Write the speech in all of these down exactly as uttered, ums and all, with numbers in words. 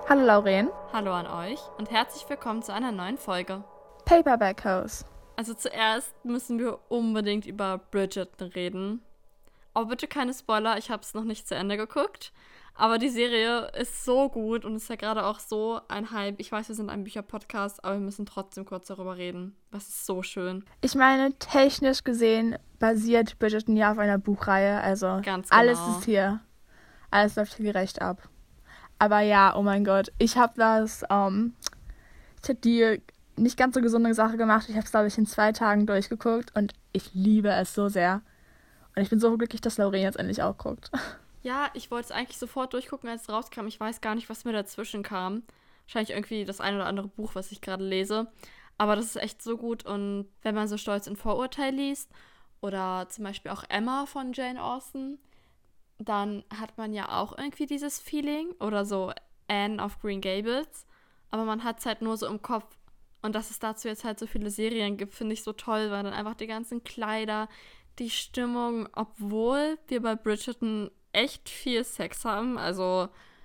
Hallo Lauren. Hallo an euch und herzlich willkommen zu einer neuen Folge. Paperback House. Also zuerst müssen wir unbedingt über Bridgerton reden. Aber bitte keine Spoiler, ich habe es noch nicht zu Ende geguckt. Aber die Serie ist so gut und ist ja gerade auch so ein Hype. Ich weiß, wir sind ein Bücherpodcast, aber wir müssen trotzdem kurz darüber reden. Das ist so schön. Ich meine, technisch gesehen basiert Bridgerton ja auf einer Buchreihe. Also Ganz genau. alles ist hier. Alles läuft hier gerecht ab. Aber ja, oh mein Gott. Ich habe das, ähm, ich habe die nicht ganz so gesunde Sache gemacht. Ich habe es, glaube ich, in zwei Tagen durchgeguckt und ich liebe es so sehr. Und ich bin so glücklich, dass Lauren jetzt endlich auch guckt. Ja, ich wollte es eigentlich sofort durchgucken, als es rauskam. Ich weiß gar nicht, was mir dazwischen kam. Wahrscheinlich irgendwie das ein oder andere Buch, was ich gerade lese. Aber das ist echt so gut. Und wenn man so Stolz und Vorurteil liest oder zum Beispiel auch Emma von Jane Austen, dann hat man ja auch irgendwie dieses Feeling. Oder so Anne of Green Gables. Aber man hat es halt nur so im Kopf. Und dass es dazu jetzt halt so viele Serien gibt, finde ich so toll, weil dann einfach die ganzen Kleider, die Stimmung, obwohl wir bei Bridgerton echt viel Sex haben, also...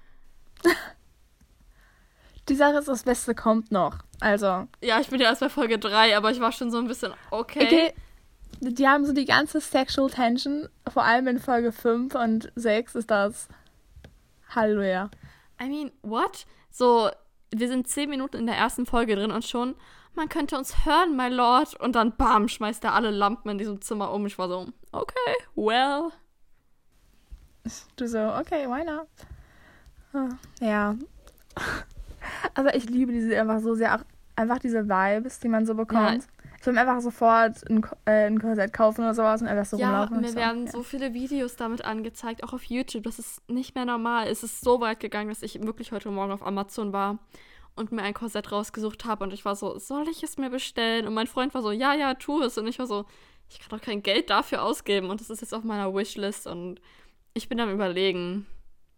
Die Sache ist, das Beste kommt noch. Also... Ja, ich bin ja erst bei Folge drei, aber ich war schon so ein bisschen okay. Okay, die haben so die ganze Sexual Tension, vor allem in Folge fünf und sechs ist das Halleluja. I mean, what? So, wir sind zehn Minuten in der ersten Folge drin und schon, man könnte uns hören, my lord. Und dann, bam, schmeißt er alle Lampen in diesem Zimmer um. Ich war so, okay, well... Du so, okay, why not? Ja. Aber ich liebe diese einfach so sehr, auch einfach diese Vibes, die man so bekommt. Ja. Ich will mir einfach sofort ein, äh, ein Korsett kaufen oder sowas und einfach so ja, rumlaufen. Mir so. werden ja. so viele Videos damit angezeigt, auch auf YouTube. Das ist nicht mehr normal. Es ist so weit gegangen, dass ich wirklich heute Morgen auf Amazon war und mir ein Korsett rausgesucht habe. Und ich war so, soll ich es mir bestellen? Und mein Freund war so, ja, ja, tu es. Und ich war so, ich kann doch kein Geld dafür ausgeben. Und das ist jetzt auf meiner Wishlist und ich bin am Überlegen.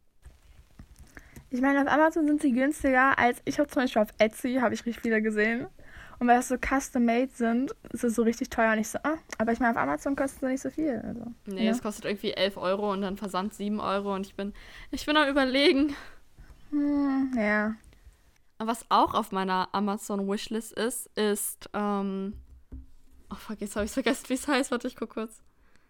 Ich meine, auf Amazon sind sie günstiger als, ich habe zum Beispiel auf Etsy, habe ich richtig viele gesehen. Und weil das so custom-made sind, ist es so richtig teuer. Und ich so, ah, aber ich meine, auf Amazon kostet es nicht so viel. Also, nee, ja. Es kostet irgendwie elf Euro und dann Versand sieben Euro. Und ich bin, ich bin am Überlegen. Hm, ja. Was auch auf meiner Amazon-Wishlist ist, ist, ähm, oh fuck, jetzt habe ich vergessen, wie es heißt. Warte, ich guck kurz.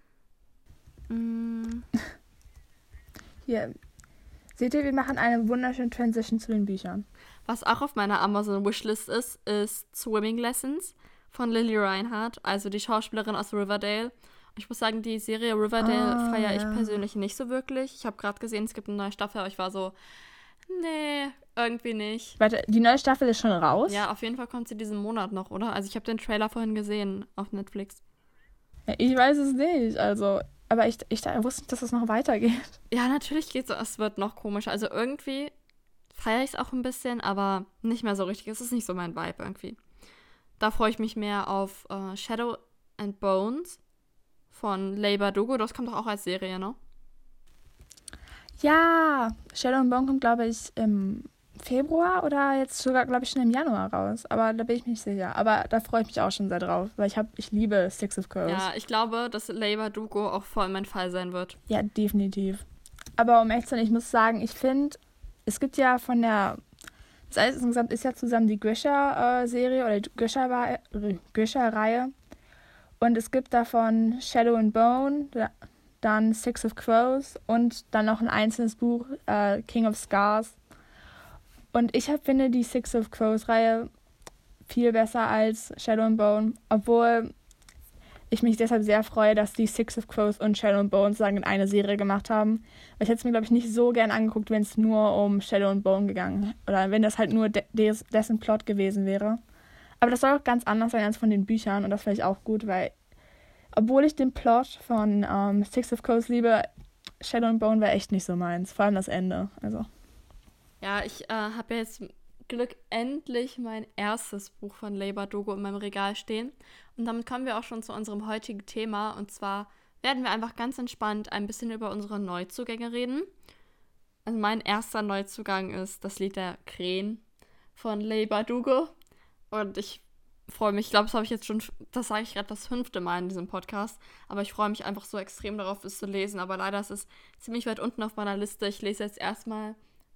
Mm. Hier, seht ihr, wir machen eine wunderschöne Transition zu den Büchern. Was auch auf meiner Amazon-Wishlist ist, ist Swimming Lessons von Lily Reinhardt, also die Schauspielerin aus Riverdale. Und ich muss sagen, die Serie Riverdale ah, feiere ich ja. persönlich nicht so wirklich. Ich habe gerade gesehen, es gibt eine neue Staffel, aber ich war so, nee, irgendwie nicht. Warte, die neue Staffel ist schon raus? Ja, auf jeden Fall kommt sie diesen Monat noch, oder? Also ich habe den Trailer vorhin gesehen auf Netflix. Ja, ich weiß es nicht, also... Aber ich, ich, ich wusste nicht, dass es noch weitergeht. Ja, natürlich geht es, es wird noch komischer. Also irgendwie feiere ich es auch ein bisschen, aber nicht mehr so richtig. Es ist nicht so mein Vibe irgendwie. Da freue ich mich mehr auf uh, Shadow and Bones von Leigh Bardugo. Das kommt doch auch als Serie, ne? Ja, Shadow and Bone kommt, glaube ich, im Februar oder jetzt sogar, glaube ich, schon im Januar raus. Aber da bin ich mir nicht sicher. Aber da freue ich mich auch schon sehr drauf, weil ich, hab, ich liebe Six of Crows. Ja, ich glaube, dass Leigh Bardugo auch voll mein Fall sein wird. Ja, definitiv. Aber um ehrlich zu sein, ich muss sagen, ich finde, es gibt ja von der, das alles insgesamt ist ja zusammen die Grisha-Serie oder die Grisha-Reihe. Und es gibt davon Shadow and Bone, dann Six of Crows und dann noch ein einzelnes Buch, äh, King of Scars. Und ich hab, finde die Six of Crows-Reihe viel besser als Shadow and Bone, obwohl ich mich deshalb sehr freue, dass die Six of Crows und Shadow and Bone sozusagen in eine Serie gemacht haben. Weil ich hätte es mir, glaube ich, nicht so gern angeguckt, wenn es nur um Shadow and Bone gegangen oder wenn das halt nur de- des, dessen Plot gewesen wäre. Aber das soll auch ganz anders sein als von den Büchern und das finde ich auch gut, weil obwohl ich den Plot von ähm, Six of Crows liebe, Shadow and Bone wäre echt nicht so meins, vor allem das Ende, also... Ja, ich äh, habe ja jetzt Glück endlich mein erstes Buch von Leigh Bardugo in meinem Regal stehen. Und damit kommen wir auch schon zu unserem heutigen Thema. Und zwar werden wir einfach ganz entspannt ein bisschen über unsere Neuzugänge reden. Also mein erster Neuzugang ist das Lied der Krähen von Leigh Bardugo. Und ich freue mich, ich glaube, das habe ich jetzt schon, das sage ich gerade das fünfte Mal in diesem Podcast. Aber ich freue mich einfach so extrem darauf, es zu lesen. Aber leider ist es ziemlich weit unten auf meiner Liste. Ich lese jetzt erstmal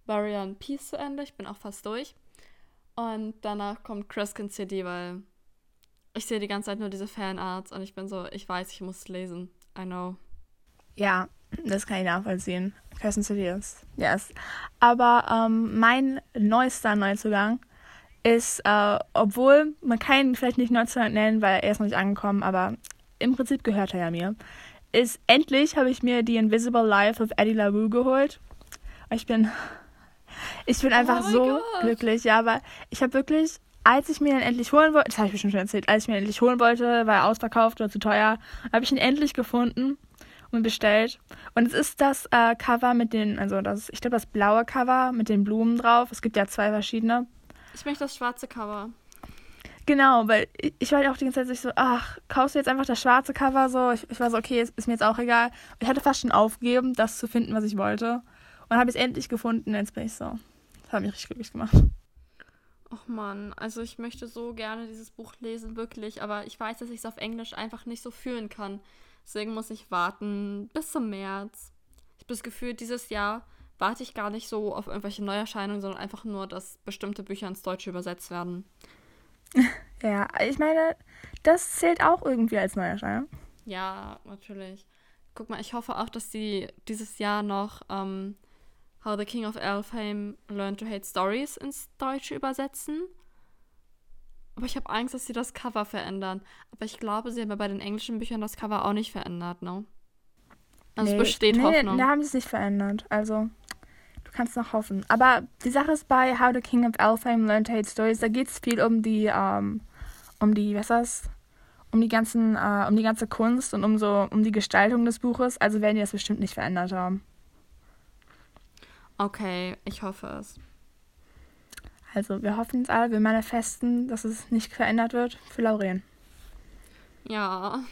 Warrior and Peace zu Ende. Ich bin auch fast durch. Und danach kommt Crescent City, weil ich sehe die ganze Zeit nur diese Fanarts und ich bin so, ich weiß, ich muss es lesen. I know. Ja, das kann ich nachvollziehen. Crescent City ist, yes. Aber ähm, mein neuester Neuzugang ist, äh, obwohl man kann ihn vielleicht nicht Neuzugang nennen, weil er ist noch nicht angekommen, aber im Prinzip gehört er ja mir, ist, endlich habe ich mir die Invisible Life of Eddie LaRue geholt. Ich bin, ich bin einfach Oh mein so Gott. glücklich, ja, weil ich habe wirklich, als ich mir ihn endlich holen wollte, das habe ich bestimmt schon erzählt, als ich mir ihn endlich holen wollte, war er ausverkauft oder zu teuer, habe ich ihn endlich gefunden und bestellt. Und es ist das äh, Cover mit den, also das, ich glaube das blaue Cover mit den Blumen drauf. Es gibt ja zwei verschiedene. Ich möchte das schwarze Cover. Genau, weil ich, ich war ja auch die ganze Zeit so, ach, kaufst du jetzt einfach das schwarze Cover so? Ich, ich war so, okay, ist, ist mir jetzt auch egal. Und ich hatte fast schon aufgegeben, das zu finden, was ich wollte. Und dann habe ich es endlich gefunden, jetzt bin ich so. Das hat mich richtig glücklich gemacht. Och Mann, also ich möchte so gerne dieses Buch lesen, wirklich, aber ich weiß, dass ich es auf Englisch einfach nicht so fühlen kann. Deswegen muss ich warten bis zum März. Ich habe das Gefühl, dieses Jahr warte ich gar nicht so auf irgendwelche Neuerscheinungen, sondern einfach nur, dass bestimmte Bücher ins Deutsche übersetzt werden. Ja, ich meine, das zählt auch irgendwie als Neuerscheinung. Ja, natürlich. Guck mal, ich hoffe auch, dass sie dieses Jahr noch ähm, How the King of Elfhame Learned to Hate Stories ins Deutsche übersetzen. Aber ich habe Angst, dass sie das Cover verändern. Aber ich glaube, sie haben ja bei den englischen Büchern das Cover auch nicht verändert, ne? Also Nee, es besteht nee, Hoffnung. da haben sie es nicht verändert. Also, du kannst noch hoffen. Aber die Sache ist bei How the King of Elfhame Learned to Hate Stories, da geht es viel um die, ähm, um die, was ist das? Um die ganzen, äh, um die ganze Kunst und um so, um die Gestaltung des Buches. Also werden die das bestimmt nicht verändert haben. Okay, ich hoffe es. Also, wir hoffen jetzt alle, wir mal festen, dass es nicht verändert wird für Lauren. Ja.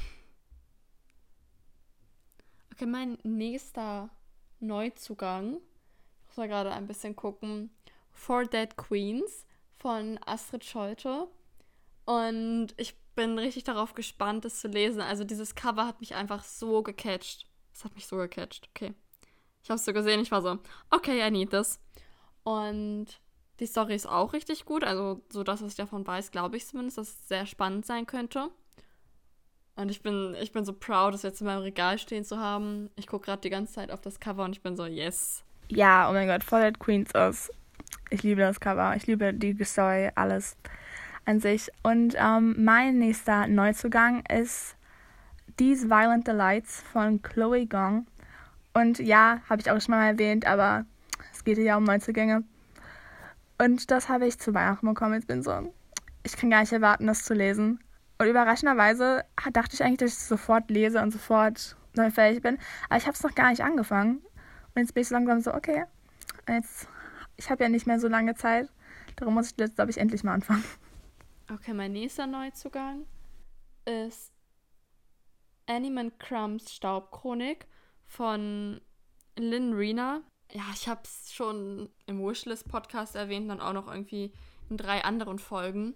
Okay, mein nächster Neuzugang, ich muss mal gerade ein bisschen gucken, Four Dead Queens von Astrid Scholte. Und ich bin richtig darauf gespannt, das zu lesen. Also dieses Cover hat mich einfach so gecatcht. Es hat mich so gecatcht, okay. Ich habe es so gesehen, ich war so, okay, I need this. Und die Story ist auch richtig gut, also so das, was ich davon weiß, glaube ich zumindest, dass es sehr spannend sein könnte. Und ich bin, ich bin so proud, das jetzt in meinem Regal stehen zu haben. Ich gucke gerade die ganze Zeit auf das Cover und ich bin so, yes. Ja, oh mein Gott, Four Dead Queens ist. Ich liebe das Cover, ich liebe die Story, alles an sich. Und ähm, mein nächster Neuzugang ist These Violent Delights von Chloe Gong. Und ja, habe ich auch schon mal erwähnt, aber es geht ja um Neuzugänge. Und das habe ich zu Weihnachten bekommen. Jetzt bin so, ich kann gar nicht erwarten, das zu lesen. Und überraschenderweise dachte ich eigentlich, dass ich es sofort lese und sofort damit fertig bin. Aber ich habe es noch gar nicht angefangen. Und jetzt bin ich so langsam so, okay, jetzt, ich habe ja nicht mehr so lange Zeit. Darum muss ich jetzt, glaube ich, endlich mal anfangen. Okay, mein nächster Neuzugang ist Animan Crumbs Staubchronik von Lynn Reena. Ja, ich habe es schon im Wishlist-Podcast erwähnt, dann auch noch irgendwie in drei anderen Folgen.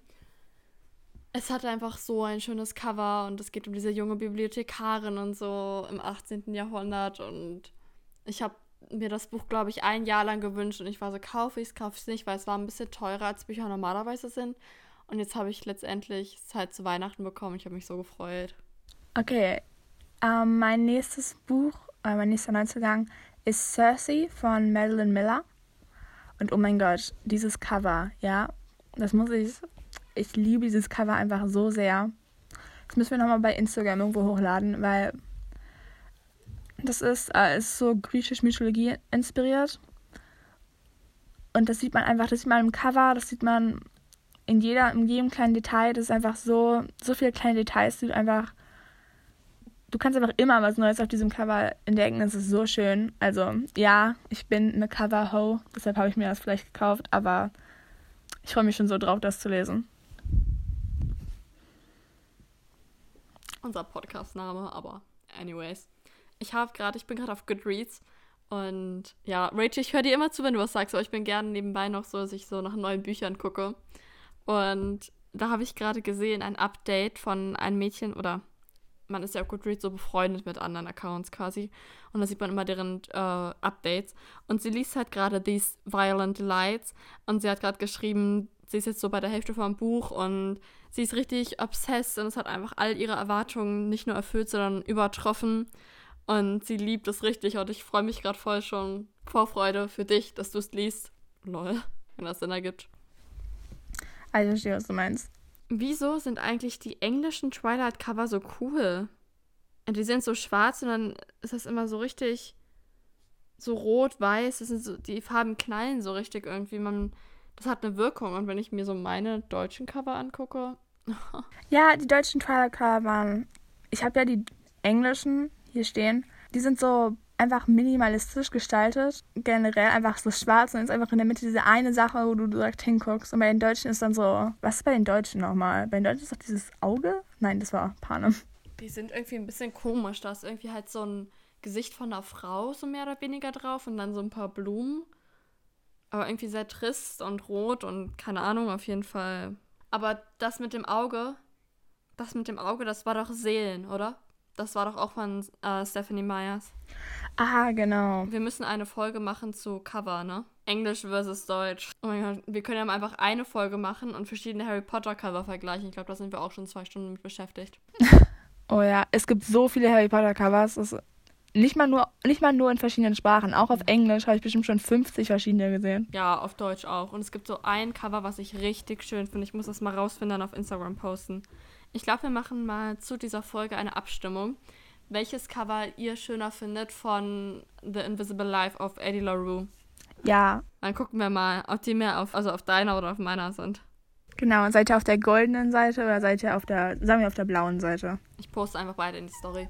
Es hat einfach so ein schönes Cover und es geht um diese junge Bibliothekarin und so im achtzehnten Jahrhundert und ich habe mir das Buch, glaube ich, ein Jahr lang gewünscht und ich war so, kaufe ich es, kaufe ich es nicht, weil es war ein bisschen teurer, als Bücher normalerweise sind. Und jetzt habe ich letztendlich es halt zu Weihnachten bekommen. Ich habe mich so gefreut. Okay, ähm, mein nächstes Buch, äh, mein nächster Neuzugang ist Cersei von Madeline Miller. Und oh mein Gott, dieses Cover, ja, das muss ich, ich liebe dieses Cover einfach so sehr. Das müssen wir nochmal bei Instagram irgendwo hochladen, weil das ist, äh, ist so griechische Mythologie inspiriert. Und das sieht man einfach, das sieht man im Cover, das sieht man in jeder, in jedem kleinen Detail. Das ist einfach so, so viele kleine Details, die du einfach, du kannst einfach immer was Neues auf diesem Cover entdecken. Das ist so schön. Also, ja, ich bin eine Cover-Ho, deshalb habe ich mir das vielleicht gekauft, aber ich freue mich schon so drauf, das zu lesen. Unser Podcast-Name, aber anyways. Ich habe gerade, ich bin gerade auf Goodreads und ja, Rachel, ich höre dir immer zu, wenn du was sagst, aber ich bin gerne nebenbei noch so, dass ich so nach neuen Büchern gucke. Und da habe ich gerade gesehen, ein Update von einem Mädchen oder man ist ja auf Goodreads so befreundet mit anderen Accounts quasi. Und da sieht man immer deren äh, Updates. Und sie liest halt gerade These Violent Delights. Und sie hat gerade geschrieben, sie ist jetzt so bei der Hälfte vom Buch und sie ist richtig obsessed und es hat einfach all ihre Erwartungen nicht nur erfüllt, sondern übertroffen. Und sie liebt es richtig und ich freue mich gerade voll schon. Vorfreude für dich, dass du es liest. Lol, wenn das Sinn ergibt. Also, ich verstehe, was du meinst. Wieso sind eigentlich die englischen Twilight-Cover so cool? Und die sind so schwarz und dann ist das immer so richtig so rot-weiß. Das sind so, die Farben knallen so richtig irgendwie. Man, das hat eine Wirkung. Und wenn ich mir so meine deutschen Cover angucke... Ja, die deutschen Twilight-Cover waren... Ich habe ja die englischen hier stehen. Die sind so einfach minimalistisch gestaltet. Generell einfach so schwarz und ist einfach in der Mitte diese eine Sache, wo du direkt hinguckst. Und bei den Deutschen ist dann so... Was ist bei den Deutschen nochmal? Bei den Deutschen ist doch dieses Auge? Nein, das war Panem. Die sind irgendwie ein bisschen komisch. Da ist irgendwie halt so ein Gesicht von einer Frau so mehr oder weniger drauf und dann so ein paar Blumen. Aber irgendwie sehr trist und rot und keine Ahnung, auf jeden Fall. Aber das mit dem Auge, das mit dem Auge, das war doch Seelen, oder? Das war doch auch von äh, Stephanie Meyers. Ah, genau. Wir müssen eine Folge machen zu Cover, ne? Englisch versus Deutsch. Oh mein Gott, wir können ja einfach eine Folge machen und verschiedene Harry Potter Cover vergleichen. Ich glaube, da sind wir auch schon zwei Stunden mit beschäftigt. Oh ja, es gibt so viele Harry Potter Covers. Das ist nicht mal nur, nicht mal nur in verschiedenen Sprachen. Auch auf Englisch habe ich bestimmt schon fünfzig verschiedene gesehen. Ja, auf Deutsch auch. Und es gibt so ein Cover, was ich richtig schön finde. Ich muss das mal rausfinden und auf Instagram posten. Ich glaube, wir machen mal zu dieser Folge eine Abstimmung, welches Cover ihr schöner findet von The Invisible Life of Eddie LaRue. Ja. Dann gucken wir mal, ob die mehr auf, also auf deiner oder auf meiner sind. Genau, seid ihr auf der goldenen Seite oder seid ihr auf der, sagen wir auf der blauen Seite? Ich poste einfach beide in die Story.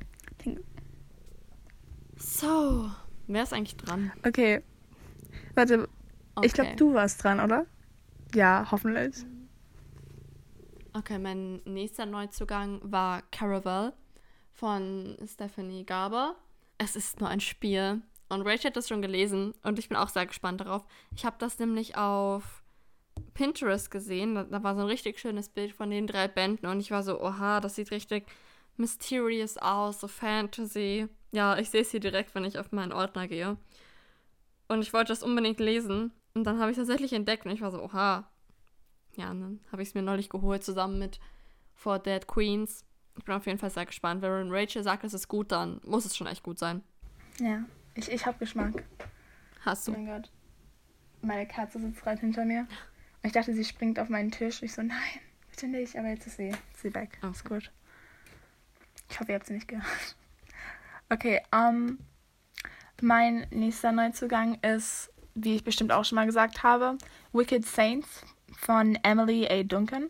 So, wer ist eigentlich dran? Okay. Warte, Okay. ich glaube, du warst dran, oder? Ja, hoffentlich. Okay, mein nächster Neuzugang war Caraval von Stephanie Garber. Es ist nur ein Spiel. Und Rachel hat das schon gelesen und ich bin auch sehr gespannt darauf. Ich habe das nämlich auf Pinterest gesehen. Da, da war so ein richtig schönes Bild von den drei Bänden und ich war so, oha, das sieht richtig mysterious aus, so Fantasy. Ja, ich sehe es hier direkt, wenn ich auf meinen Ordner gehe. Und ich wollte das unbedingt lesen. Und dann habe ich es tatsächlich entdeckt und ich war so, oha. Ja, und dann habe ich es mir neulich geholt, zusammen mit Four Dead Queens. Ich bin auf jeden Fall sehr gespannt. Wenn Rachel sagt, es ist gut, dann muss es schon echt gut sein. Ja, ich, ich habe Geschmack. Hast Oh du? mein Gott. Meine Katze sitzt gerade hinter mir. Und ich dachte, sie springt auf meinen Tisch. Ich so, nein, bitte nicht. Aber jetzt ist sie, ist sie weg. Oh. Ist gut. Ich hoffe, ihr habt sie nicht gehört. Okay, ähm, mein nächster Neuzugang ist, wie ich bestimmt auch schon mal gesagt habe, Wicked Saints von Emily A. Duncan.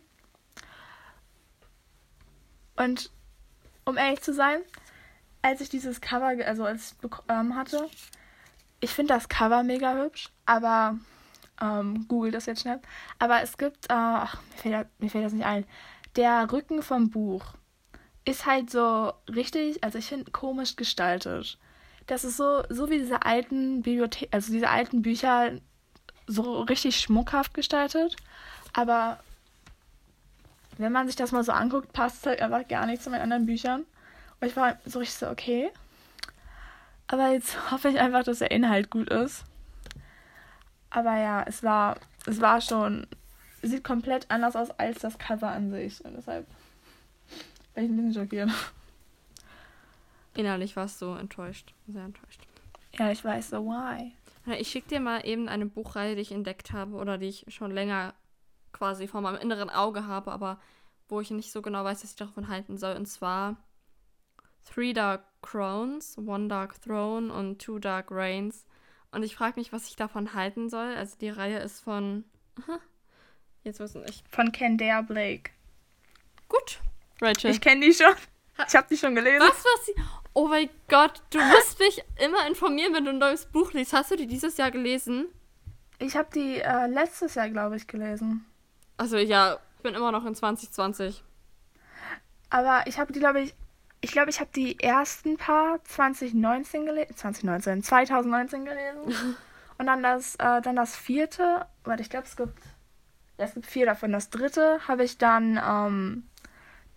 Und um ehrlich zu sein, als ich dieses Cover, also als ich ähm, hatte, ich finde das Cover mega hübsch, aber ähm, google das jetzt schnell. Aber es gibt, äh, ach, mir fällt, mir fällt das nicht ein, der Rücken vom Buch ist halt so richtig, also ich finde, komisch gestaltet. Das ist so, so wie diese alten Bibliothek, also diese alten Bücher, so richtig schmuckhaft gestaltet. Aber wenn man sich das mal so anguckt, passt es halt einfach gar nicht zu meinen anderen Büchern. Und ich war so richtig so, okay. Aber jetzt hoffe ich einfach, dass der Inhalt gut ist. Aber ja, es war, es war schon, sieht komplett anders aus als das Cover an sich. Und deshalb bin ich ein bisschen schockiert. Innerlich warst du enttäuscht. Sehr enttäuscht. Ja, ich weiß so, why? Ich schicke dir mal eben eine Buchreihe, die ich entdeckt habe oder die ich schon länger quasi vor meinem inneren Auge habe, aber wo ich nicht so genau weiß, was ich davon halten soll. Und zwar Three Dark Crowns, One Dark Throne und Two Dark Reigns. Und ich frage mich, was ich davon halten soll. Also die Reihe ist von... Aha, jetzt wissen ich. Von Kendare Blake. Gut, Rachel. Ich kenne die schon. Ich habe die schon gelesen. Was, was sie... Oh mein Gott, du musst mich immer informieren, wenn du ein neues Buch liest. Hast du die dieses Jahr gelesen? Ich habe die äh, letztes Jahr, glaube ich, gelesen. Also ja, ich bin immer noch in zwanzig zwanzig. Aber ich habe die, glaube ich... Ich glaube, ich habe die ersten paar zwanzig neunzehn gelesen. zwanzig neunzehn, zwanzig neunzehn gelesen. Und dann das, äh, dann das vierte... Warte, ich glaube, es gibt... Ja, es gibt vier davon. Das dritte habe ich dann... Ähm,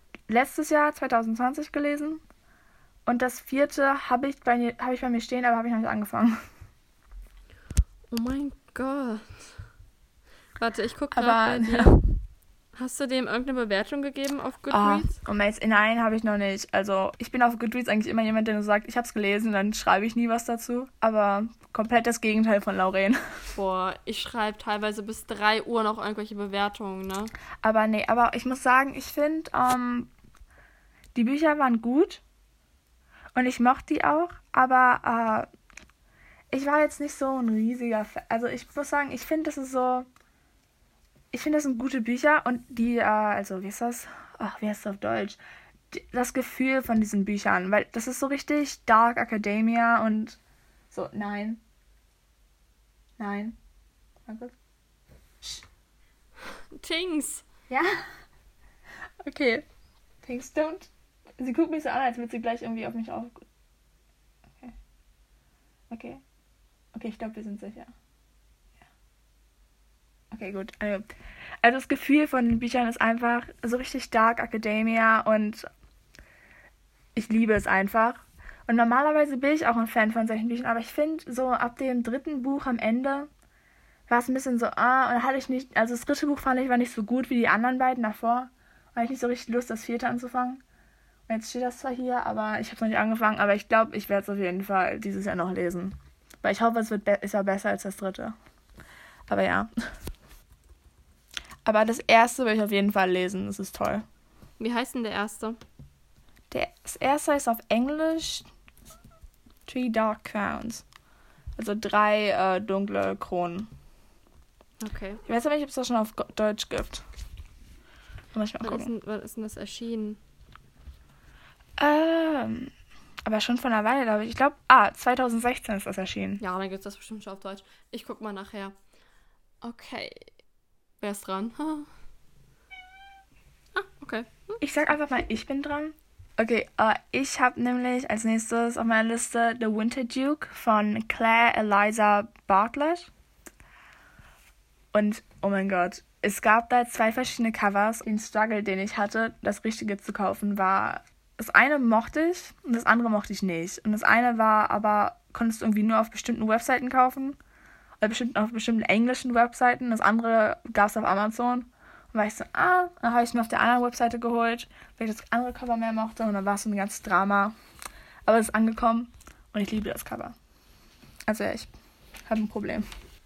letztes Jahr, zwanzig zwanzig, gelesen. Und das vierte habe ich, bei mir- hab ich bei mir stehen, aber habe ich noch nicht angefangen. Oh mein Gott. Warte, ich gucke Aber, gerade bei dir. ja. Hast du dem irgendeine Bewertung gegeben auf Ah, Goodreads? und jetzt, nein, habe ich noch nicht. Also, ich bin auf Goodreads eigentlich immer jemand, der nur sagt, ich habe es gelesen, dann schreibe ich nie was dazu. Aber komplett das Gegenteil von Lauren. Boah, ich schreibe teilweise bis drei Uhr noch irgendwelche Bewertungen, ne? Aber nee, aber ich muss sagen, ich finde, ähm, die Bücher waren gut. Und ich mochte die auch. Aber äh, ich war jetzt nicht so ein riesiger Fan. Also, ich muss sagen, ich finde, das ist so... Ich finde, das sind gute Bücher und die, äh, also, wie ist das? Ach, wie heißt das auf Deutsch? Die, das Gefühl von diesen Büchern, weil das ist so richtig Dark Academia und so, nein. Nein. Mal kurz. Tings. Ja? Okay. Things don't. Sie guckt mich so an, als würde sie gleich irgendwie auf mich auf... Okay. Okay. Okay, ich glaube, wir sind sicher. Okay, gut. Also das Gefühl von den Büchern ist einfach so richtig Dark Academia und ich liebe es einfach. Und normalerweise bin ich auch ein Fan von solchen Büchern, aber ich finde, so ab dem dritten Buch am Ende war es ein bisschen so, ah, und da hatte ich nicht, also das dritte Buch fand ich war nicht so gut wie die anderen beiden davor. Da hatte ich nicht so richtig Lust, das vierte anzufangen. Und jetzt steht das zwar hier, aber ich habe es noch nicht angefangen, aber ich glaube, ich werde es auf jeden Fall dieses Jahr noch lesen. Weil ich hoffe, es wird be- ist ja besser als das dritte. Aber ja. Aber das erste will ich auf jeden Fall lesen. Das ist toll. Wie heißt denn der erste? Der, das erste ist auf Englisch Three Dark Crowns. Also drei äh, dunkle Kronen. Okay. Ich weiß aber nicht, ob es das schon auf Go- Deutsch gibt. Muss ich mal Wann ist, gucken. denn, wann ist denn das erschienen? Ähm, aber schon vor einer Weile, glaube ich. Ich glaube, ah, zwanzig sechzehn ist das erschienen. Ja, dann gibt es das bestimmt schon auf Deutsch. Ich guck mal nachher. Okay. Wer ist dran? Ah, okay. Hm. Ich sag einfach mal, ich bin dran. Okay, äh, ich habe nämlich als nächstes auf meiner Liste The Winter Duke von Claire Eliza Bartlett. Und, oh mein Gott, es gab da zwei verschiedene Covers. Den Struggle, den ich hatte, das Richtige zu kaufen, war... Das eine mochte ich und das andere mochte ich nicht. Und das eine war aber, konntest du irgendwie nur auf bestimmten Webseiten kaufen. Oder bestimmt auf bestimmten englischen Webseiten. Das andere gab es auf Amazon. Und war ich so, ah, dann habe ich es mir auf der anderen Webseite geholt, weil ich das andere Cover mehr mochte. Und dann war es so ein ganzes Drama. Aber es ist angekommen und ich liebe das Cover. Also ja, ich habe ein Problem.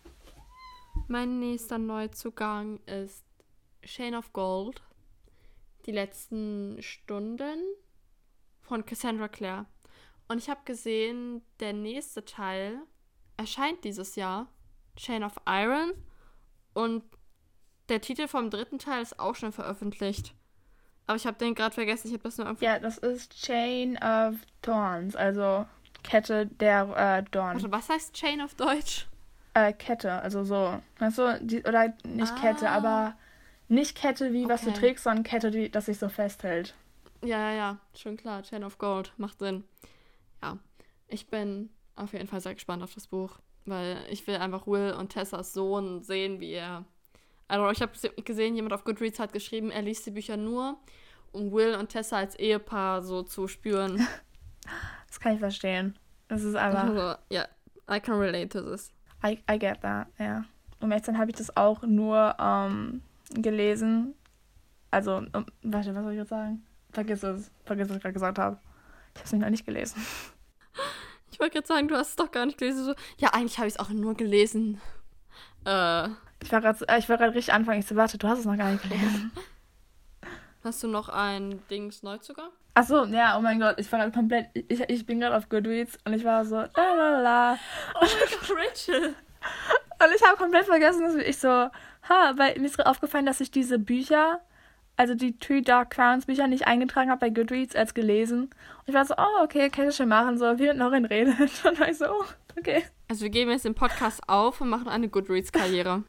Mein nächster Neuzugang ist Chain of Gold. Die letzten Stunden von Cassandra Clare. Und ich habe gesehen, der nächste Teil erscheint dieses Jahr. Chain of Iron. Und der Titel vom dritten Teil ist auch schon veröffentlicht. Aber ich habe den gerade vergessen. Ich habe das nur irgendwie... Ja, das ist Chain of Thorns, also Kette der äh, Dorn. Warte, was heißt Chain auf Deutsch? Äh, Kette, also so. Weißt du, die, oder nicht Ah. Kette, aber nicht Kette wie was du Okay. trägst, sondern Kette, die, das sich so festhält. Ja, ja, ja. Schon klar. Chain of Gold. Macht Sinn. Ja. Ich bin auf jeden Fall sehr gespannt auf das Buch. Weil ich will einfach Will und Tessas Sohn sehen, wie er... Also ich habe gesehen, jemand auf Goodreads hat geschrieben, er liest die Bücher nur, um Will und Tessa als Ehepaar so zu spüren. Das kann ich verstehen. Das ist einfach... Also, ja, I can relate to this. I, I get that, ja. Um jetzt dann habe ich das auch nur ähm, gelesen. Also, um, warte, was soll ich jetzt sagen? Vergiss es. Vergiss, was ich gerade gesagt habe. Ich habe es noch nicht gelesen. Ich wollte gerade sagen, du hast es doch gar nicht gelesen. So, ja, eigentlich habe ich es auch nur gelesen. Äh, Ich war gerade äh, ich war gerade richtig anfangen. Ich so, warte, du hast es noch gar nicht gelesen. hast du noch ein Dings Neuzugang? Ach so, ja, oh mein Gott, ich war gerade komplett, ich, ich bin gerade auf Goodreads und ich war so, la la la. Oh mein Gott, Rachel! Und ich habe komplett vergessen, dass ich so, ha, weil mir ist gerade aufgefallen, dass ich diese Bücher, also die Three Dark Crowns Bücher nicht eingetragen habe bei Goodreads als gelesen. Und ich war so, oh, okay, kann ich schon machen, so, wie mit Norin redet. Und dann war ich so, oh, okay. Also wir geben jetzt den Podcast auf und machen eine Goodreads-Karriere.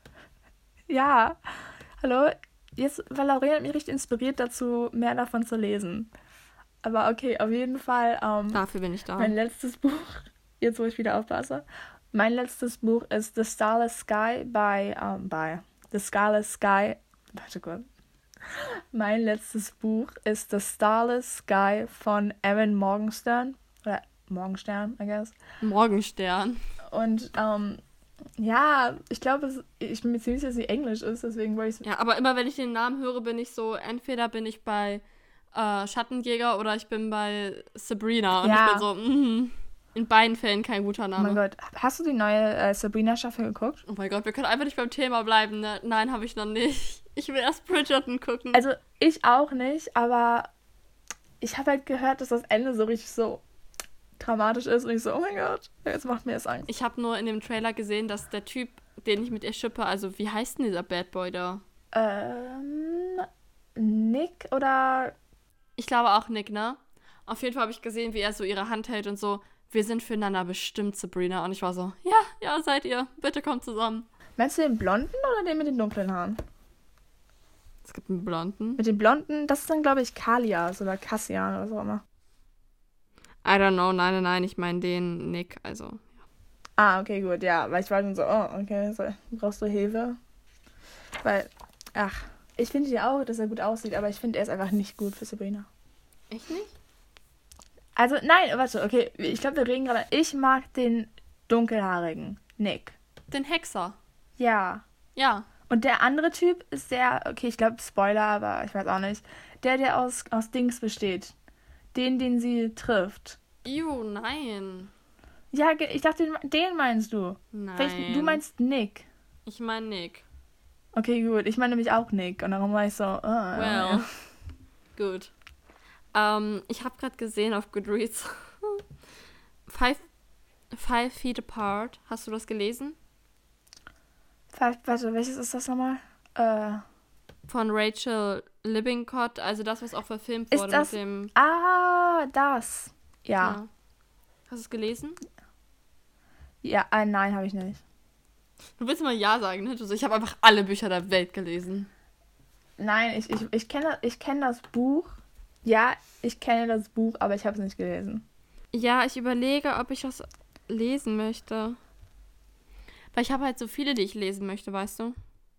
Ja, hallo, jetzt, weil Lauren hat mich richtig inspiriert dazu, mehr davon zu lesen. Aber okay, auf jeden Fall, ähm, Dafür bin ich da. mein letztes Buch, jetzt wo ich wieder aufpasse, mein letztes Buch ist The Starless Sky by, ähm, by, The Starless Sky, warte kurz, Mein letztes Buch ist The Starless Sky von Erin Morgenstern. Oder Morgenstern, I guess. Morgenstern. Und, ähm, ja, ich glaube, ich bin mir ziemlich sicher, dass sie Englisch ist, deswegen wollte ich Ja, aber immer wenn ich den Namen höre, bin ich so, entweder bin ich bei äh, Schattenjäger oder ich bin bei Sabrina. Und Ja. ich bin so, mm, in beiden Fällen kein guter Oh Name. mein Gott, hast du die neue äh, Sabrina-Staffel geguckt? Oh mein Gott, wir können einfach nicht beim Thema bleiben, ne? Nein, habe ich noch nicht. Ich will erst Bridgerton gucken. Also, ich auch nicht, aber ich habe halt gehört, dass das Ende so richtig so dramatisch ist und ich so, oh mein Gott, jetzt macht mir das Angst. Ich habe nur in dem Trailer gesehen, dass der Typ, den ich mit ihr schippe, also wie heißt denn dieser Bad Boy da? Ähm, Nick oder... Ich glaube auch Nick, ne? Auf jeden Fall habe ich gesehen, wie er so ihre Hand hält und so, wir sind füreinander bestimmt, Sabrina. Und ich war so, ja, ja, seid ihr. Bitte kommt zusammen. Meinst du den Blonden oder den mit den dunklen Haaren? Es gibt einen Blonden. Mit den Blonden, das ist dann, glaube ich, Kalias oder Cassian oder so immer. I don't know, nein, nein, nein, ich meine den Nick, also. Ah, okay, gut, ja, weil ich war dann so, oh, okay, so, brauchst du Hilfe? Weil, ach, ich finde ja auch, dass er gut aussieht, aber ich finde, er ist einfach nicht gut für Sabrina. Echt nicht? Also, nein, warte, okay, ich glaube, wir reden gerade, ich mag den dunkelhaarigen Nick. Den Hexer. Ja. Ja. Und der andere Typ ist der, okay, ich glaube, Spoiler, aber ich weiß auch nicht, der, der aus, aus Dings besteht. Den, den sie trifft. Ew, nein. Ja, ich dachte, den, den meinst du. Nein. Vielleicht, du meinst Nick. Ich meine Nick. Okay, gut. Ich meine nämlich auch Nick. Und darum war ich so, oh, Well, ja. gut. Ähm, ich habe gerade gesehen auf Goodreads Five, Five Feet Apart. Hast du das gelesen? Warte, welches ist das nochmal? Äh, Von Rachel Libbingcott, also das, was auch verfilmt Ist wurde das- mit dem... ah, das. Ja. Ja. Hast du es gelesen? Ja, äh, nein, habe ich nicht. Du willst mal Ja sagen, ne? Also ich habe einfach alle Bücher der Welt gelesen. Nein, ich, ich, ich kenne ich kenn das Buch. Ja, ich kenne das Buch, aber ich habe es nicht gelesen. Ja, ich überlege, ob ich das lesen möchte. Weil ich habe halt so viele, die ich lesen möchte, weißt du?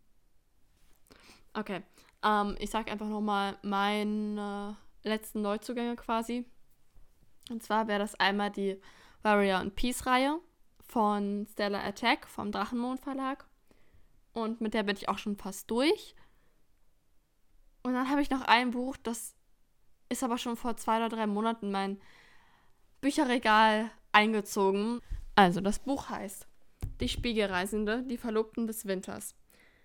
Okay. Ähm, ich sag einfach nochmal meine letzten Neuzugänge quasi. Und zwar wäre das einmal die Warrior and Peace-Reihe von Stellar Attack vom Drachenmond Verlag. Und mit der bin ich auch schon fast durch. Und dann habe ich noch ein Buch, das ist aber schon vor zwei oder drei Monaten in mein Bücherregal eingezogen. Also, das Buch heißt Die Spiegelreisende, die Verlobten des Winters.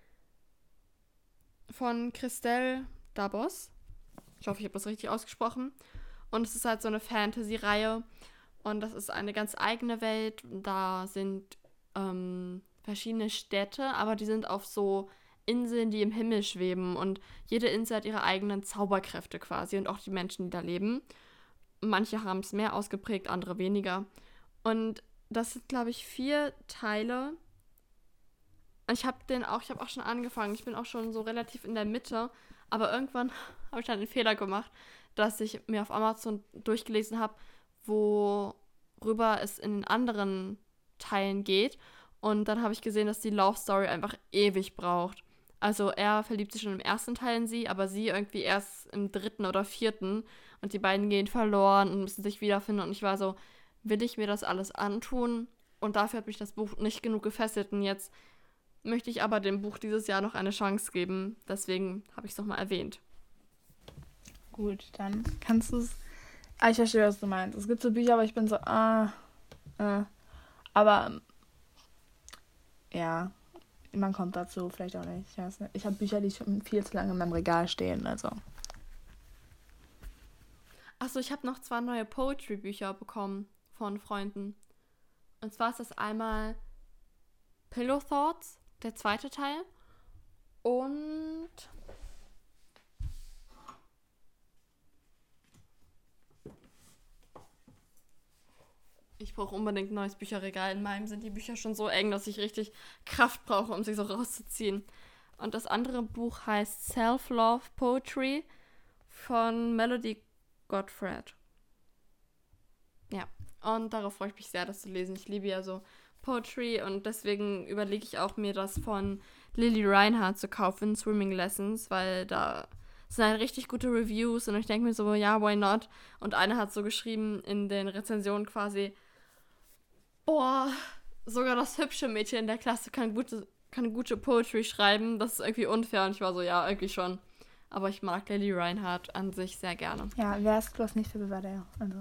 Von Christelle Dabos. Ich hoffe, ich habe das richtig ausgesprochen. Und es ist halt so eine Fantasy-Reihe. Und das ist eine ganz eigene Welt. Da sind ähm, verschiedene Städte, aber die sind auf so Inseln, die im Himmel schweben. Und jede Insel hat ihre eigenen Zauberkräfte quasi. Und auch die Menschen, die da leben. Manche haben es mehr ausgeprägt, andere weniger. Und das sind, glaube ich, vier Teile. Ich habe den auch, ich habe auch schon angefangen. Ich bin auch schon so relativ in der Mitte. Aber irgendwann habe ich dann den Fehler gemacht, dass ich mir auf Amazon durchgelesen habe, worüber es in den anderen Teilen geht. Und dann habe ich gesehen, dass die Love Story einfach ewig braucht. Also er verliebt sich schon im ersten Teil in sie, aber sie irgendwie erst im dritten oder vierten. Und die beiden gehen verloren und müssen sich wiederfinden. Und ich war so, will ich mir das alles antun? Und dafür hat mich das Buch nicht genug gefesselt. Und jetzt möchte ich aber dem Buch dieses Jahr noch eine Chance geben. Deswegen habe ich es nochmal erwähnt. Gut, dann kannst du es... Ah, ich verstehe, was du meinst. Es gibt so Bücher, aber ich bin so, ah, äh. Aber, ja, man kommt dazu, vielleicht auch nicht. Ich weiß nicht. Ich habe Bücher, die schon viel zu lange in meinem Regal stehen, also. Achso, ich habe noch zwei neue Poetry-Bücher bekommen von Freunden. Und zwar ist das einmal Pillow Thoughts, der zweite Teil. Und ich brauche unbedingt ein neues Bücherregal. In meinem sind die Bücher schon so eng, dass ich richtig Kraft brauche, um sie so rauszuziehen. Und das andere Buch heißt Self-Love Poetry von Melody Gottfried. Ja, und darauf freue ich mich sehr, das zu lesen. Ich liebe ja so Poetry und deswegen überlege ich auch, mir das von Lily Reinhardt zu kaufen, Swimming Lessons, weil da Es sind halt richtig gute Reviews und ich denke mir so, ja, why not? Und einer hat so geschrieben in den Rezensionen quasi, boah, sogar das hübsche Mädchen in der Klasse kann gute, kann gute Poetry schreiben. Das ist irgendwie unfair. Und ich war so, ja, irgendwie schon. Aber ich mag Lily Reinhardt an sich sehr gerne. Ja, wer ist bloß nicht für Riverdale? Also.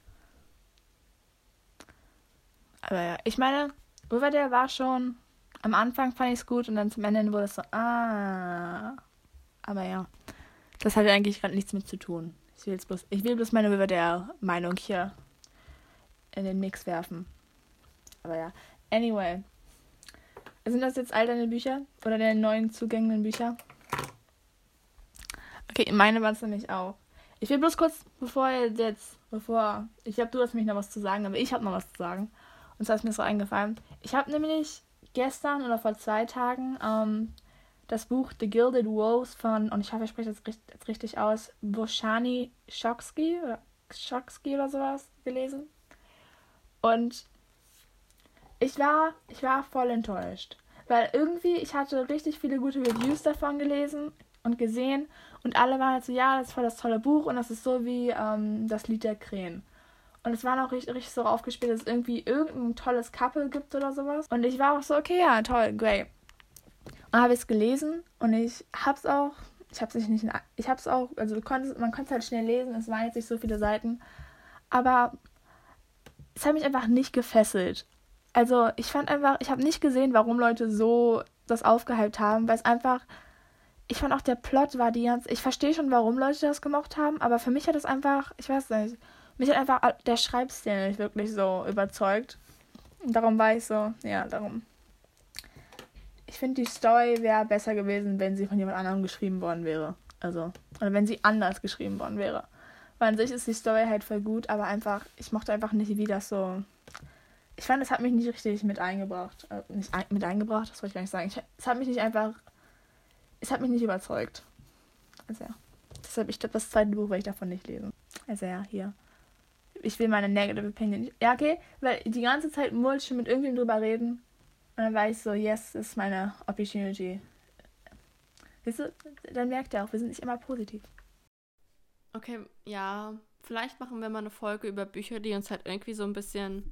Aber ja, ich meine, Riverdale war schon, am Anfang fand ich es gut und dann zum Ende wurde es so, ah. Aber ja, das hat eigentlich gerade nichts mit zu tun. Ich will, bloß, ich will bloß meine Riverdale-Meinung hier in den Mix werfen. Aber ja, anyway. Sind das jetzt all deine Bücher? Oder deine neuen zugänglichen Bücher? Okay, meine waren es nämlich auch. Ich will bloß kurz, bevor jetzt, bevor, ich glaube, du hast mich noch was zu sagen, aber ich habe noch was zu sagen. Und zwar ist mir so eingefallen. Ich habe nämlich gestern oder vor zwei Tagen ähm, das Buch The Gilded Wolves von, und ich hoffe, ich spreche das richtig, jetzt richtig aus, Voshani Chokshi oder Chokshi oder sowas gelesen. Und ich war, ich war voll enttäuscht. Weil irgendwie, ich hatte richtig viele gute Reviews davon gelesen und gesehen. Und alle waren halt so, ja, das ist voll das tolle Buch und das ist so wie ähm, das Lied der Krähen. Und es war noch richtig, richtig so aufgespielt, dass es irgendwie irgendein tolles Couple gibt oder sowas. Und ich war auch so, okay, ja, toll, great. Und habe es gelesen und ich hab's auch, ich hab's nicht, ich hab's auch, also du konntest, man konnte es halt schnell lesen, es waren jetzt nicht so viele Seiten. Aber es hat mich einfach nicht gefesselt. Also ich fand einfach, ich habe nicht gesehen, warum Leute so das aufgehypt haben, weil es einfach, ich fand auch der Plot war die ganze, ich verstehe schon, warum Leute das gemocht haben, aber für mich hat es einfach, ich weiß nicht, mich hat einfach der Schreibstil nicht wirklich so überzeugt. Und darum war ich so, ja, darum. Ich finde, die Story wäre besser gewesen, wenn sie von jemand anderem geschrieben worden wäre. Also, oder wenn sie anders geschrieben worden wäre. Weil an sich ist die Story halt voll gut, aber einfach, ich mochte einfach nicht, wie das so... Ich fand, es hat mich nicht richtig mit eingebracht. Äh, nicht ein, mit eingebracht, das wollte ich gar nicht sagen. Ich, es hat mich nicht einfach... Es hat mich nicht überzeugt. Also ja. Deshalb, ich glaube, das zweite Buch werde ich davon nicht lesen. Also ja, hier. Ich will meine Negative Opinion nicht... Ja, okay, weil die ganze Zeit wollte ich schon mit irgendwem drüber reden. Und dann war ich so, yes, das ist meine Opportunity. Weißt du, dann merkt ihr auch, wir sind nicht immer positiv. Okay, ja, vielleicht machen wir mal eine Folge über Bücher, die uns halt irgendwie so ein bisschen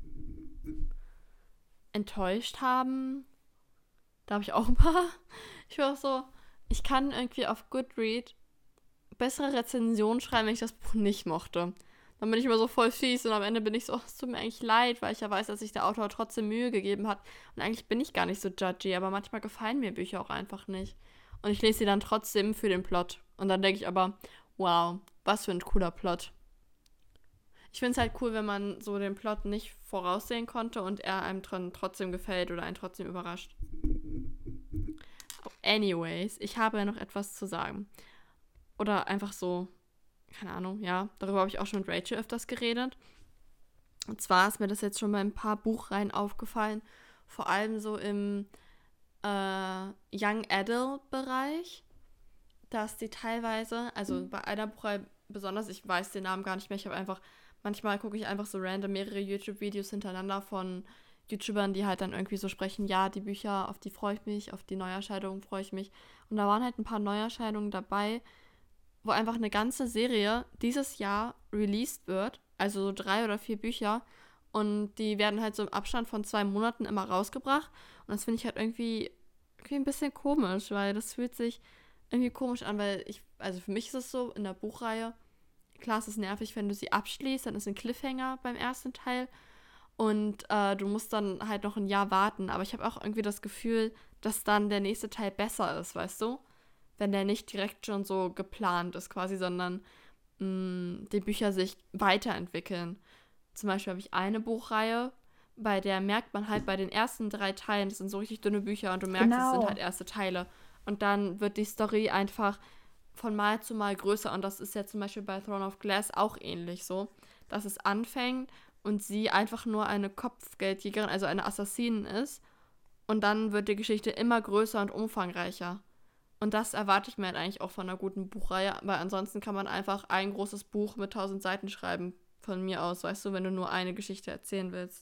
enttäuscht haben. Da habe ich auch ein paar. Ich war auch so, ich kann irgendwie auf Goodreads bessere Rezensionen schreiben, wenn ich das Buch nicht mochte. Dann bin ich immer so voll fies und am Ende bin ich so, oh, es tut mir eigentlich leid, weil ich ja weiß, dass sich der Autor trotzdem Mühe gegeben hat. Und eigentlich bin ich gar nicht so judgy, aber manchmal gefallen mir Bücher auch einfach nicht. Und ich lese sie dann trotzdem für den Plot. Und dann denke ich aber, wow, was für ein cooler Plot. Ich finde es halt cool, wenn man so den Plot nicht voraussehen konnte und er einem tr- trotzdem gefällt oder einen trotzdem überrascht. Anyways, ich habe ja noch etwas zu sagen. Oder einfach so, keine Ahnung, ja, darüber habe ich auch schon mit Rachel öfters geredet. Und zwar ist mir das jetzt schon bei ein paar Buchreihen aufgefallen, vor allem so im äh, Young Adult-Bereich, dass die teilweise, also bei einer Buchreihe besonders, ich weiß den Namen gar nicht mehr, ich habe einfach, manchmal gucke ich einfach so random mehrere YouTube-Videos hintereinander von YouTubern, die halt dann irgendwie so sprechen, ja, die Bücher, auf die freue ich mich, auf die Neuerscheinungen freue ich mich. Und da waren halt ein paar Neuerscheinungen dabei, wo einfach eine ganze Serie dieses Jahr released wird, also so drei oder vier Bücher, und die werden halt so im Abstand von zwei Monaten immer rausgebracht. Und das finde ich halt irgendwie, irgendwie ein bisschen komisch, weil das fühlt sich irgendwie komisch an, weil ich, also für mich ist es so, in der Buchreihe, klar, es ist nervig, wenn du sie abschließt, dann ist ein Cliffhanger beim ersten Teil und äh, du musst dann halt noch ein Jahr warten, aber ich habe auch irgendwie das Gefühl, dass dann der nächste Teil besser ist, weißt du? Wenn der nicht direkt schon so geplant ist quasi, sondern mh, die Bücher sich weiterentwickeln. Zum Beispiel habe ich eine Buchreihe, bei der merkt man halt bei den ersten drei Teilen, das sind so richtig dünne Bücher und du merkst, Genau. es sind halt erste Teile. Und dann wird die Story einfach von Mal zu Mal größer. Und das ist ja zum Beispiel bei Throne of Glass auch ähnlich so, dass es anfängt und sie einfach nur eine Kopfgeldjägerin, also eine Assassinin ist. Und dann wird die Geschichte immer größer und umfangreicher. Und das erwarte ich mir halt eigentlich auch von einer guten Buchreihe, weil ansonsten kann man einfach ein großes Buch mit tausend Seiten schreiben, von mir aus, weißt du, wenn du nur eine Geschichte erzählen willst.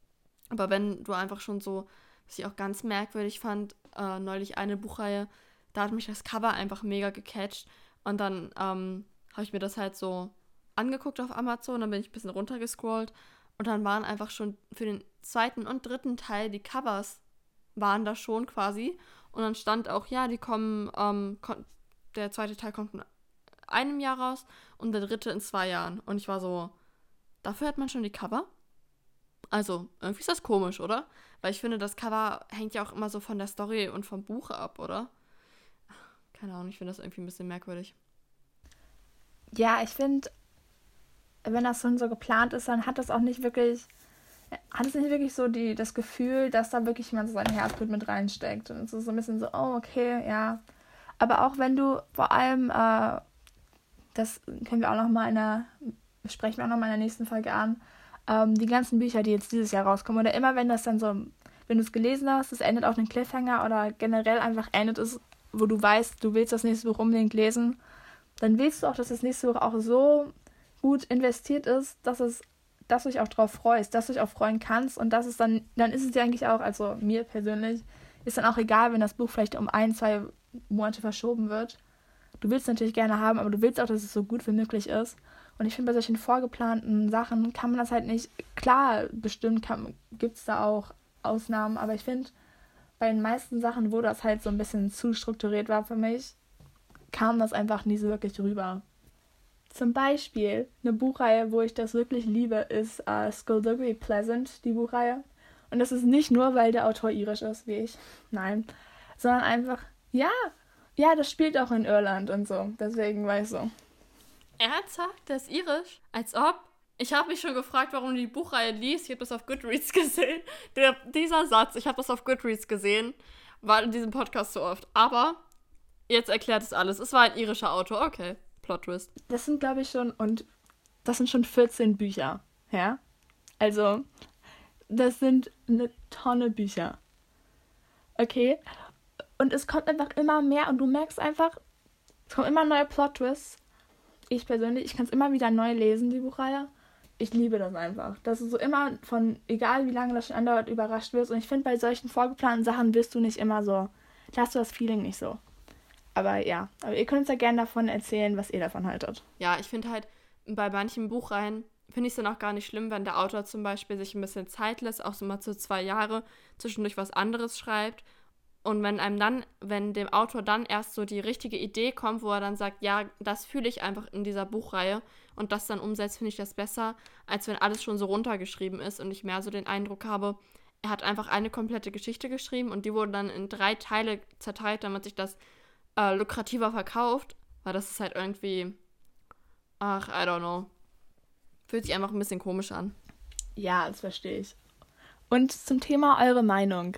Aber wenn du einfach schon so, was ich auch ganz merkwürdig fand, äh, neulich eine Buchreihe, da hat mich das Cover einfach mega gecatcht. Und dann ähm, habe ich mir das halt so angeguckt auf Amazon, dann bin ich ein bisschen runtergescrollt und dann waren einfach schon für den zweiten und dritten Teil die Covers waren da schon quasi. Und dann stand auch, ja, die kommen, ähm, kon- der zweite Teil kommt in einem Jahr raus und der dritte in zwei Jahren. Und ich war so, dafür hat man schon die Cover? Also, irgendwie ist das komisch, oder? Weil ich finde, das Cover hängt ja auch immer so von der Story und vom Buch ab, oder? Keine Ahnung, ich finde das irgendwie ein bisschen merkwürdig. Ja, ich finde, wenn das schon so geplant ist, dann hat das auch nicht wirklich, hat es nicht wirklich so die, das Gefühl, dass da wirklich jemand so sein Herzblut mit reinsteckt. Und es ist so ein bisschen so, oh, okay, ja. Aber auch wenn du vor allem, äh, das können wir auch noch mal in der, sprechen wir auch noch mal in der nächsten Folge an, ähm, die ganzen Bücher, die jetzt dieses Jahr rauskommen, oder immer wenn das dann so, wenn du es gelesen hast, es endet auf einen Cliffhanger oder generell einfach endet es, wo du weißt, du willst das nächste Buch unbedingt lesen, dann willst du auch, dass das nächste Buch auch so gut investiert ist, dass es, dass du dich auch drauf freust, dass du dich auch freuen kannst und dass es dann, dann ist es dir eigentlich auch, also mir persönlich, ist dann auch egal, wenn das Buch vielleicht um ein, zwei Monate verschoben wird. Du willst es natürlich gerne haben, aber du willst auch, dass es so gut wie möglich ist. Und ich finde, bei solchen vorgeplanten Sachen kann man das halt nicht, klar, bestimmt gibt es da auch Ausnahmen, aber ich finde, bei den meisten Sachen, wo das halt so ein bisschen zu strukturiert war für mich, kam das einfach nie so wirklich rüber. Zum Beispiel eine Buchreihe, wo ich das wirklich liebe, ist uh, Skullduggery Pleasant, die Buchreihe. Und das ist nicht nur, weil der Autor irisch ist, wie ich. Nein. Sondern einfach, ja, ja, das spielt auch in Irland und so. Deswegen war ich so. Ernsthaft? Der ist irisch? Als ob? Ich habe mich schon gefragt, warum du die Buchreihe liest. Ich habe das auf Goodreads gesehen. Der, dieser Satz, ich habe das auf Goodreads gesehen, war in diesem Podcast so oft. Aber jetzt erklärt es alles. Es war ein irischer Autor. Okay, Plot-Twist. Das sind, glaube ich, schon, und das sind schon vierzehn Bücher, ja? Also, das sind eine Tonne Bücher. Okay? Und es kommt einfach immer mehr und du merkst einfach, es kommen immer neue Plot-Twists. Ich persönlich, ich kann es immer wieder neu lesen, die Buchreihe. Ich liebe das einfach. Dass du so immer von, egal wie lange das schon andauert, überrascht wirst. Und ich finde, bei solchen vorgeplanten Sachen wirst du nicht immer so, da hast du das Feeling nicht so. Aber ja, aber ihr könnt uns ja gerne davon erzählen, was ihr davon haltet. Ja, ich finde halt, bei manchen Buchreihen finde ich es dann auch gar nicht schlimm, wenn der Autor zum Beispiel sich ein bisschen Zeit lässt, auch so mal zu zwei Jahre zwischendurch was anderes schreibt. Und wenn einem dann, wenn dem Autor dann erst so die richtige Idee kommt, wo er dann sagt, ja, das fühle ich einfach in dieser Buchreihe und das dann umsetzt, finde ich das besser, als wenn alles schon so runtergeschrieben ist und ich mehr so den Eindruck habe, er hat einfach eine komplette Geschichte geschrieben und die wurde dann in drei Teile zerteilt, damit sich das äh, lukrativer verkauft, weil das ist halt irgendwie, ach, I don't know, fühlt sich einfach ein bisschen komisch an. Ja, das verstehe ich. Und zum Thema eure Meinung.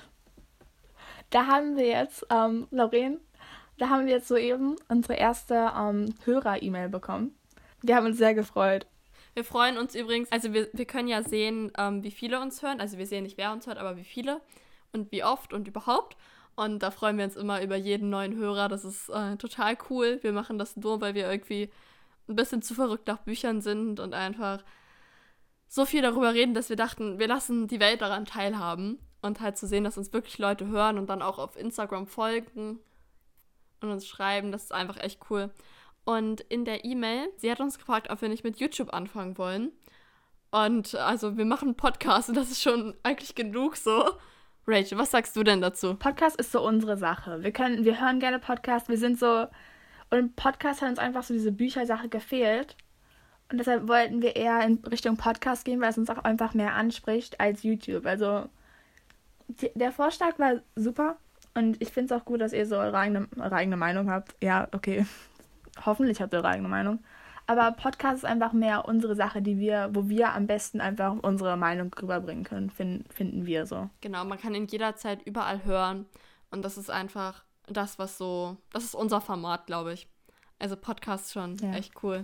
Da haben wir jetzt, ähm, Lauren, da haben wir jetzt soeben unsere erste ähm, Hörer-E-Mail bekommen. Wir haben uns sehr gefreut. Wir freuen uns übrigens, also wir, wir können ja sehen, ähm, wie viele uns hören. Also wir sehen nicht, wer uns hört, aber wie viele und wie oft und überhaupt. Und da freuen wir uns immer über jeden neuen Hörer. Das ist äh, total cool. Wir machen das nur, weil wir irgendwie ein bisschen zu verrückt nach Büchern sind und einfach so viel darüber reden, dass wir dachten, wir lassen die Welt daran teilhaben. Und halt zu sehen, dass uns wirklich Leute hören und dann auch auf Instagram folgen und uns schreiben, das ist einfach echt cool. Und in der E-Mail, sie hat uns gefragt, ob wir nicht mit YouTube anfangen wollen. Und also wir machen einen Podcast und das ist schon eigentlich genug so. Rachel, was sagst du denn dazu? Podcast ist so unsere Sache. Wir können, wir hören gerne Podcasts, wir sind so, und Podcast hat uns einfach so diese Büchersache gefehlt. Und deshalb wollten wir eher in Richtung Podcast gehen, weil es uns auch einfach mehr anspricht als YouTube. Also der Vorschlag war super und ich finde es auch gut, dass ihr so eure eigene, eure eigene Meinung habt. Ja, okay. Hoffentlich habt ihr eure eigene Meinung. Aber Podcast ist einfach mehr unsere Sache, die wir, wo wir am besten einfach unsere Meinung rüberbringen können, find, finden wir so. Genau, man kann ihn jederzeit überall hören und das ist einfach das, was so, das ist unser Format, glaube ich. Also Podcast schon ja. Echt cool.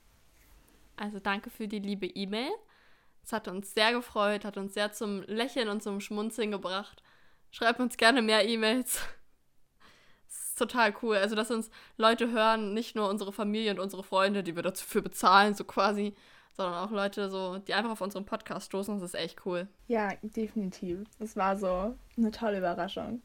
Also danke für die liebe E-Mail. Es hat uns sehr gefreut, hat uns sehr zum Lächeln und zum Schmunzeln gebracht. Schreibt uns gerne mehr E-Mails. Es ist total cool. Also, dass uns Leute hören, nicht nur unsere Familie und unsere Freunde, die wir dafür bezahlen, so quasi, sondern auch Leute, so, die einfach auf unseren Podcast stoßen. Das ist echt cool. Ja, definitiv. Es war so eine tolle Überraschung.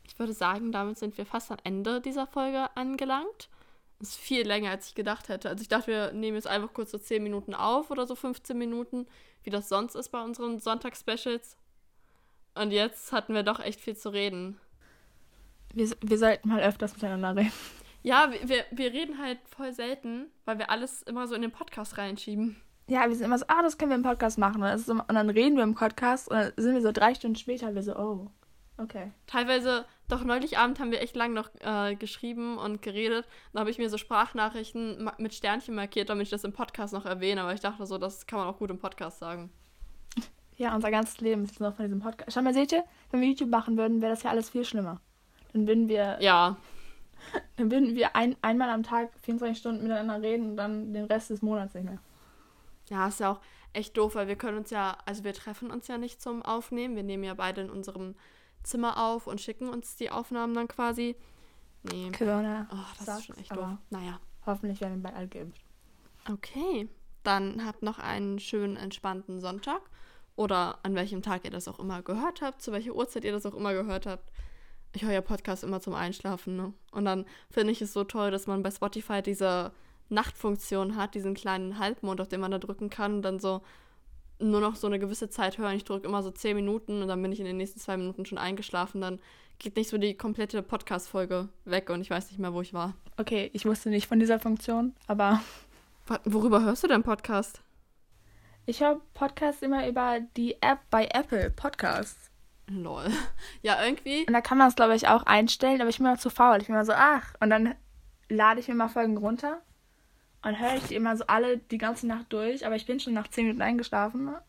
ich würde sagen, damit sind wir fast am Ende dieser Folge angelangt. Das ist viel länger, als ich gedacht hätte. Also ich dachte, wir nehmen jetzt einfach kurz so zehn Minuten auf oder so fünfzehn Minuten, wie das sonst ist bei unseren Sonntagsspecials. Und jetzt hatten wir doch echt viel zu reden. Wir, wir sollten mal öfters miteinander reden. Ja, wir, wir, wir reden halt voll selten, weil wir alles immer so in den Podcast reinschieben. Ja, wir sind immer so, ah, das können wir im Podcast machen. Und, das ist immer, und dann reden wir im Podcast und dann sind wir so drei Stunden später, wir so, oh, okay. Teilweise, doch neulich Abend haben wir echt lang noch äh, geschrieben und geredet. Dann habe ich mir so Sprachnachrichten ma- mit Sternchen markiert, damit ich das im Podcast noch erwähne. Aber ich dachte so, das kann man auch gut im Podcast sagen. Ja, unser ganzes Leben ist noch von diesem Podcast. Schau mal, seht ihr, wenn wir YouTube machen würden, wäre das ja alles viel schlimmer. Dann würden wir, Ja, dann würden wir ein, einmal am Tag vierundzwanzig Stunden miteinander reden und dann den Rest des Monats nicht mehr. ja, ist ja auch echt doof, weil wir können uns ja, also wir treffen uns ja nicht zum Aufnehmen. Wir nehmen ja beide in unserem Zimmer auf und schicken uns die Aufnahmen dann quasi. Nee. Corona. Oh, das sucks, ist schon echt doof. aber Naja. hoffentlich werden wir bald alle geimpft. Okay. Dann habt noch einen schönen, entspannten Sonntag. Oder an welchem Tag ihr das auch immer gehört habt, zu welcher Uhrzeit ihr das auch immer gehört habt. Ich höre ja Podcasts immer zum Einschlafen, ne? Und dann finde ich es so toll, dass man bei Spotify diese Nachtfunktion hat, diesen kleinen Halbmond, auf den man da drücken kann und dann so nur noch so eine gewisse Zeit hören. Ich drücke immer so zehn Minuten und dann bin ich in den nächsten zwei Minuten schon eingeschlafen. Dann geht nicht so die komplette Podcast-Folge weg und ich weiß nicht mehr, wo ich war. Okay, ich wusste nicht von dieser Funktion, aber Wa- Worüber hörst du denn Podcast? ich höre Podcasts immer über die App bei Apple Podcasts. Lol. Ja, irgendwie. Und da kann man es, glaube ich, auch einstellen, aber ich bin immer zu faul. Ich bin immer so, ach, und dann lade ich mir mal Folgen runter und höre ich die immer so alle die ganze Nacht durch, aber ich bin schon nach zehn Minuten eingeschlafen. Ne?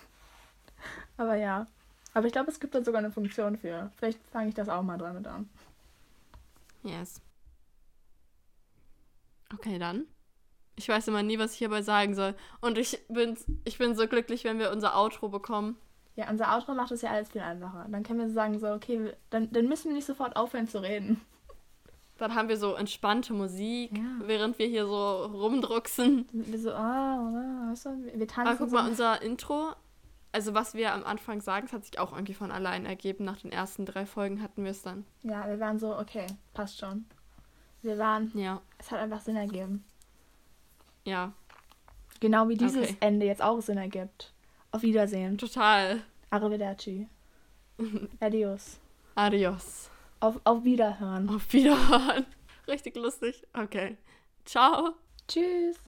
Aber ja. Aber ich glaube, es gibt da sogar eine Funktion für. Vielleicht fange ich das auch mal dran mit an. Yes. Okay, dann. Ich weiß immer nie, was ich hierbei sagen soll. Und ich bin, ich bin so glücklich, wenn wir unser Outro bekommen. Ja, unser Outro macht das ja alles viel einfacher. Dann können wir sagen so, okay, wir- dann, dann müssen wir nicht sofort aufhören zu reden. Dann haben wir so entspannte Musik, Ja. während wir hier so rumdrucksen. Wir so, ah, ah, weißt du, wir, wir tanzen Aber guck so. mal, unser Intro, also was wir am Anfang sagen, das hat sich auch irgendwie von allein ergeben. Nach den ersten drei Folgen hatten wir es dann. Ja, wir waren so, okay, passt schon. Wir waren, Ja, es hat einfach Sinn ergeben. ja, Genau wie dieses Okay. Ende jetzt auch Sinn ergibt. Auf Wiedersehen. total. Arrivederci. Adios. Adios. Auf, auf Wiederhören. Auf Wiederhören. Richtig lustig. Okay. Ciao. Tschüss.